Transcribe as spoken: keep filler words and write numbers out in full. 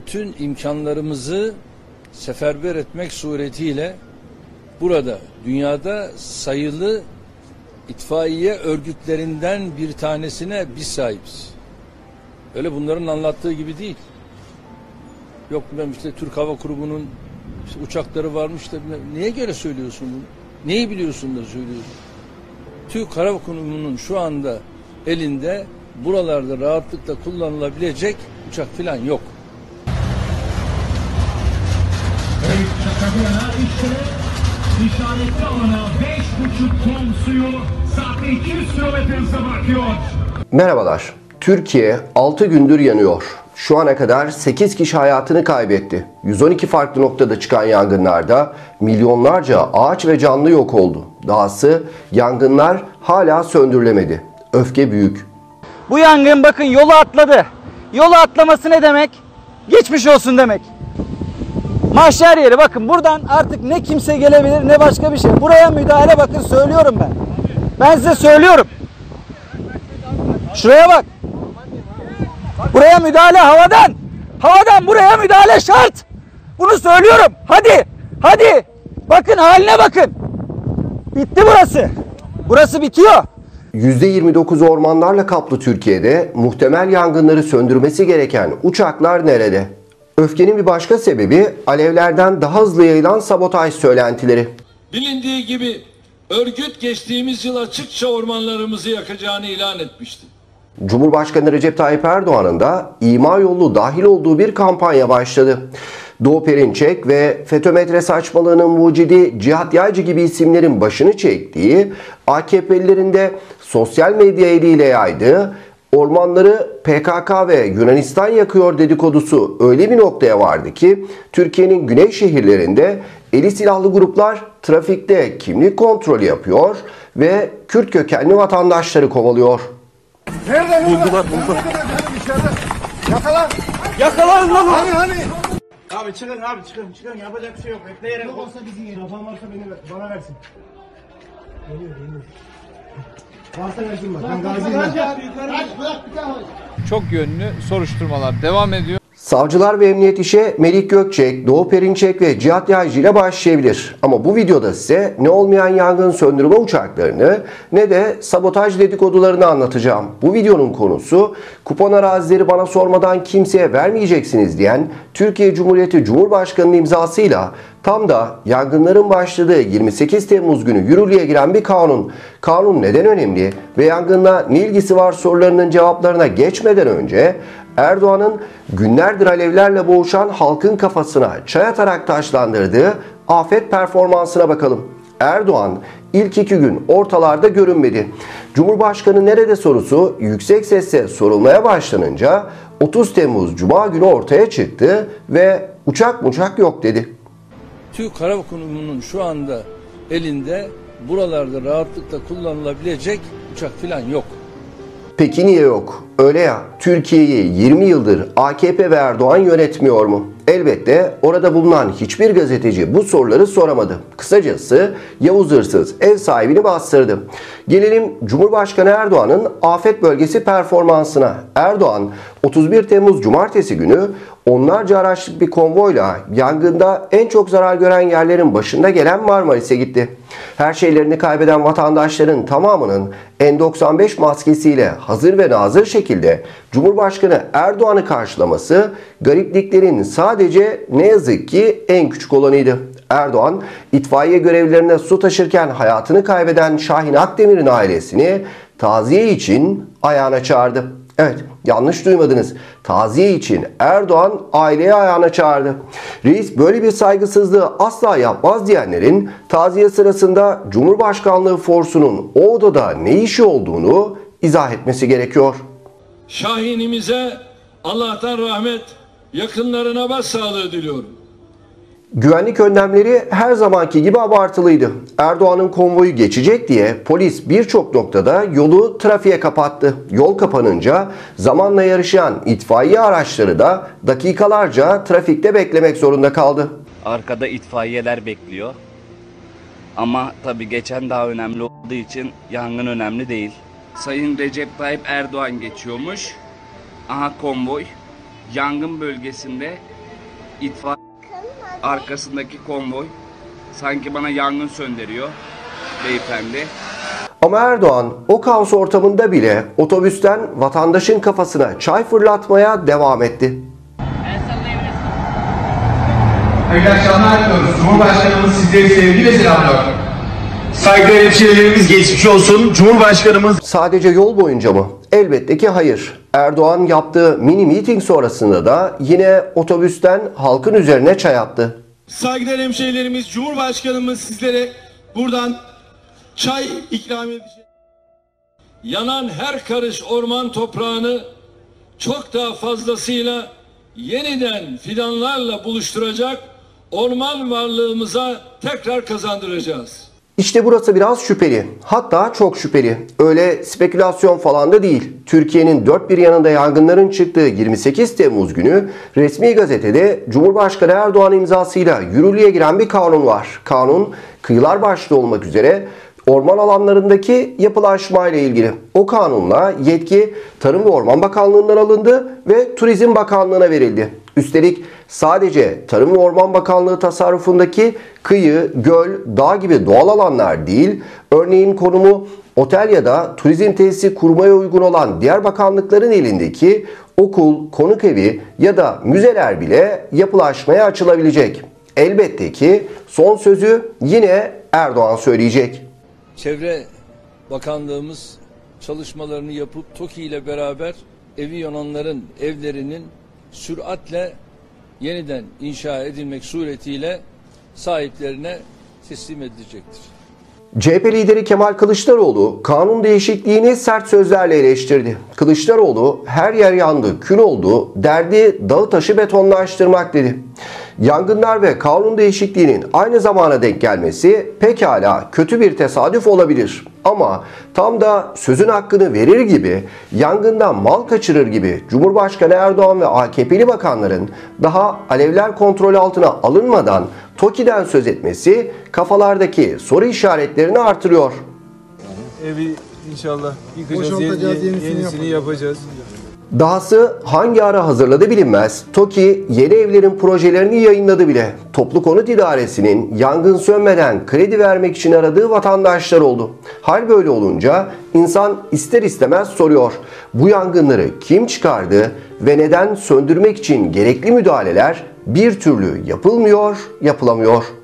bütün imkanlarımızı seferber etmek suretiyle burada dünyada sayılı itfaiye örgütlerinden bir tanesine biz sahibiz. Öyle bunların anlattığı gibi değil. Yok ben işte Türk Hava Kurumu'nun işte uçakları varmış da niye göre söylüyorsun bunu? Neyi biliyorsun da söylüyorsun? Türk Hava Kurumu'nun şu anda elinde buralarda rahatlıkla kullanılabilecek uçak falan yok. Evet, Şakabiyana işte işaretli alana beş buçuk ton suyu saatte iki yüz kilometre hızla bırakıyor. Merhabalar. Türkiye altı gündür yanıyor. Şu ana kadar sekiz kişi hayatını kaybetti. yüz on iki farklı noktada çıkan yangınlarda milyonlarca ağaç ve canlı yok oldu. Dahası yangınlar hala söndürülemedi. Öfke büyük. Bu yangın bakın yolu atladı. Yolu atlaması ne demek? Geçmiş olsun demek. Mahşer yeri, bakın buradan artık ne kimse gelebilir ne başka bir şey. Buraya müdahale, bakın söylüyorum ben. Ben size söylüyorum. Şuraya bak. Buraya müdahale havadan. Havadan buraya müdahale şart. Bunu söylüyorum. Hadi. Hadi. Bakın haline bakın. Bitti burası. Burası bitiyor. yüzde yirmi dokuz ormanlarla kaplı Türkiye'de muhtemel yangınları söndürmesi gereken uçaklar nerede? Öfkenin bir başka sebebi alevlerden daha hızlı yayılan sabotaj söylentileri. Bilindiği gibi örgüt geçtiğimiz yıl açıkça ormanlarımızı yakacağını ilan etmişti. Cumhurbaşkanı Recep Tayyip Erdoğan'ın da ima yolu dahil olduğu bir kampanya başladı. Doğu Perinçek ve FETÖ-METRE saçmalığının mucidi Cihat Yaycı gibi isimlerin başını çektiği, A K P'lilerin de sosyal medya eliyle yaydığı ormanları P K K ve Yunanistan yakıyor dedikodusu öyle bir noktaya vardı ki Türkiye'nin güney şehirlerinde eli silahlı gruplar trafikte kimlik kontrolü yapıyor ve Kürt kökenli vatandaşları kovalıyor. Nerede? Buldular, buldular. Yakala. Yakalayın lan. Hani hani. Abi çıkın abi çıkın çıkın, yapacak bir şey yok. Bekleyerek. Yok olsa bizim yeri. Adam varsa beni ver, bana versin. Geliyor geliyor. Varsa versin bak. Ben gaziyim ben. Çok yönlü soruşturmalar devam ediyor. Savcılar ve emniyet işe Melih Gökçek, Doğu Perinçek ve Cihat Yaycı ile başlayabilir. Ama bu videoda size ne olmayan yangın söndürme uçaklarını ne de sabotaj dedikodularını anlatacağım. Bu videonun konusu kupon arazileri bana sormadan kimseye vermeyeceksiniz diyen Türkiye Cumhuriyeti Cumhurbaşkanı'nın imzasıyla tam da yangınların başladığı yirmi sekiz Temmuz günü yürürlüğe giren bir kanun. Kanun neden önemli ve yangınla ne ilgisi var sorularının cevaplarına geçmeden önce Erdoğan'ın günlerdir alevlerle boğuşan halkın kafasına çay atarak taşlandırdığı afet performansına bakalım. Erdoğan ilk iki gün ortalarda görünmedi. Cumhurbaşkanı nerede sorusu yüksek sesle sorulmaya başlanınca otuz Temmuz Cuma günü ortaya çıktı ve uçak muçak yok dedi. Türk Hava Kurumu'nun şu anda elinde buralarda rahatlıkla kullanılabilecek uçak falan yok. Peki niye yok? Öyle ya, Türkiye'yi yirmi yıldır A K P ve Erdoğan yönetmiyor mu? Elbette orada bulunan hiçbir gazeteci bu soruları soramadı. Kısacası Yavuz Hırsız ev sahibini bastırdı. Gelelim Cumhurbaşkanı Erdoğan'ın afet bölgesi performansına. Erdoğan otuz bir Temmuz Cumartesi günü onlarca araçlık bir konvoyla yangında en çok zarar gören yerlerin başında gelen Marmaris'e gitti. Her şeylerini kaybeden vatandaşların tamamının N doksan beş maskesiyle hazır ve nazır şekilde Cumhurbaşkanı Erdoğan'ı karşılaması garipliklerin sadece ne yazık ki en küçük olanıydı. Erdoğan itfaiye görevlilerine su taşırken hayatını kaybeden Şahin Akdemir'in ailesini taziye için ayağına çağırdı. Evet, yanlış duymadınız. Taziye için Erdoğan aileyi ayağına çağırdı. Reis böyle bir saygısızlığı asla yapmaz diyenlerin taziye sırasında Cumhurbaşkanlığı forsunun o odada ne işi olduğunu izah etmesi gerekiyor. Şahinimize Allah'tan rahmet, yakınlarına başsağlığı diliyorum. Güvenlik önlemleri her zamanki gibi abartılıydı. Erdoğan'ın konvoyu geçecek diye polis birçok noktada yolu trafiğe kapattı. Yol kapanınca zamanla yarışan itfaiye araçları da dakikalarca trafikte beklemek zorunda kaldı. Arkada itfaiyeler bekliyor. Ama tabii geçen daha önemli olduğu için yangın önemli değil. Sayın Recep Tayyip Erdoğan geçiyormuş. Aha konvoy. Yangın bölgesinde itfaiye arkasındaki konvoy sanki bana yangın söndürüyor beyefendi. Ama Erdoğan o kaos ortamında bile otobüsten vatandaşın kafasına çay fırlatmaya devam etti. Hayırlı akşamlar diliyoruz. Cumhurbaşkanımız sizleri sevgiyle selamlıyor. Saygıdeğer hemşehrilerimiz geçmiş olsun. Cumhurbaşkanımız... Sadece yol boyunca mı? Elbette ki hayır. Erdoğan yaptığı mini miting sonrasında da yine otobüsten halkın üzerine çay attı. Saygıdeğer hemşehrilerimiz, Cumhurbaşkanımız sizlere buradan çay ikram edecek. Yanan her karış orman toprağını çok daha fazlasıyla yeniden fidanlarla buluşturacak, orman varlığımıza tekrar kazandıracağız. İşte burası biraz şüpheli. Hatta çok şüpheli. Öyle spekülasyon falan da değil. Türkiye'nin dört bir yanında yangınların çıktığı yirmi sekiz Temmuz günü resmi gazetede Cumhurbaşkanı Erdoğan imzasıyla yürürlüğe giren bir kanun var. Kanun kıyılar başta olmak üzere orman alanlarındaki yapılaşma ile ilgili. O kanunla yetki Tarım ve Orman Bakanlığı'ndan alındı ve Turizm Bakanlığı'na verildi. Üstelik sadece Tarım ve Orman Bakanlığı tasarrufundaki kıyı, göl, dağ gibi doğal alanlar değil, örneğin konumu otel ya da turizm tesisi kurmaya uygun olan diğer bakanlıkların elindeki okul, konuk evi ya da müzeler bile yapılaşmaya açılabilecek. Elbette ki son sözü yine Erdoğan söyleyecek. Çevre Bakanlığımız çalışmalarını yapıp TOKİ ile beraber evi yananların evlerinin süratle yeniden inşa edilmek suretiyle sahiplerine teslim edilecektir. C H P lideri Kemal Kılıçdaroğlu kanun değişikliğini sert sözlerle eleştirdi. Kılıçdaroğlu her yer yandı, kül oldu, derdi dağı taşı betonlaştırmak dedi. Yangınlar ve kanun değişikliğinin aynı zamana denk gelmesi pekala kötü bir tesadüf olabilir. Ama tam da sözün hakkını verir gibi, yangından mal kaçırır gibi Cumhurbaşkanı Erdoğan ve A K P'li bakanların daha alevler kontrol altına alınmadan TOKİ'den söz etmesi kafalardaki soru işaretlerini artırıyor. Evi inşallah yıkacağız, yenisini, yenisini, yenisini yapacağız. Dahası hangi ara hazırladı bilinmez. TOKİ yeni evlerin projelerini yayınladı bile. Toplu Konut İdaresi'nin yangın sönmeden kredi vermek için aradığı vatandaşlar oldu. Hal böyle olunca insan ister istemez soruyor. Bu yangınları kim çıkardı ve neden söndürmek için gerekli müdahaleler bir türlü yapılmıyor, yapılamıyor?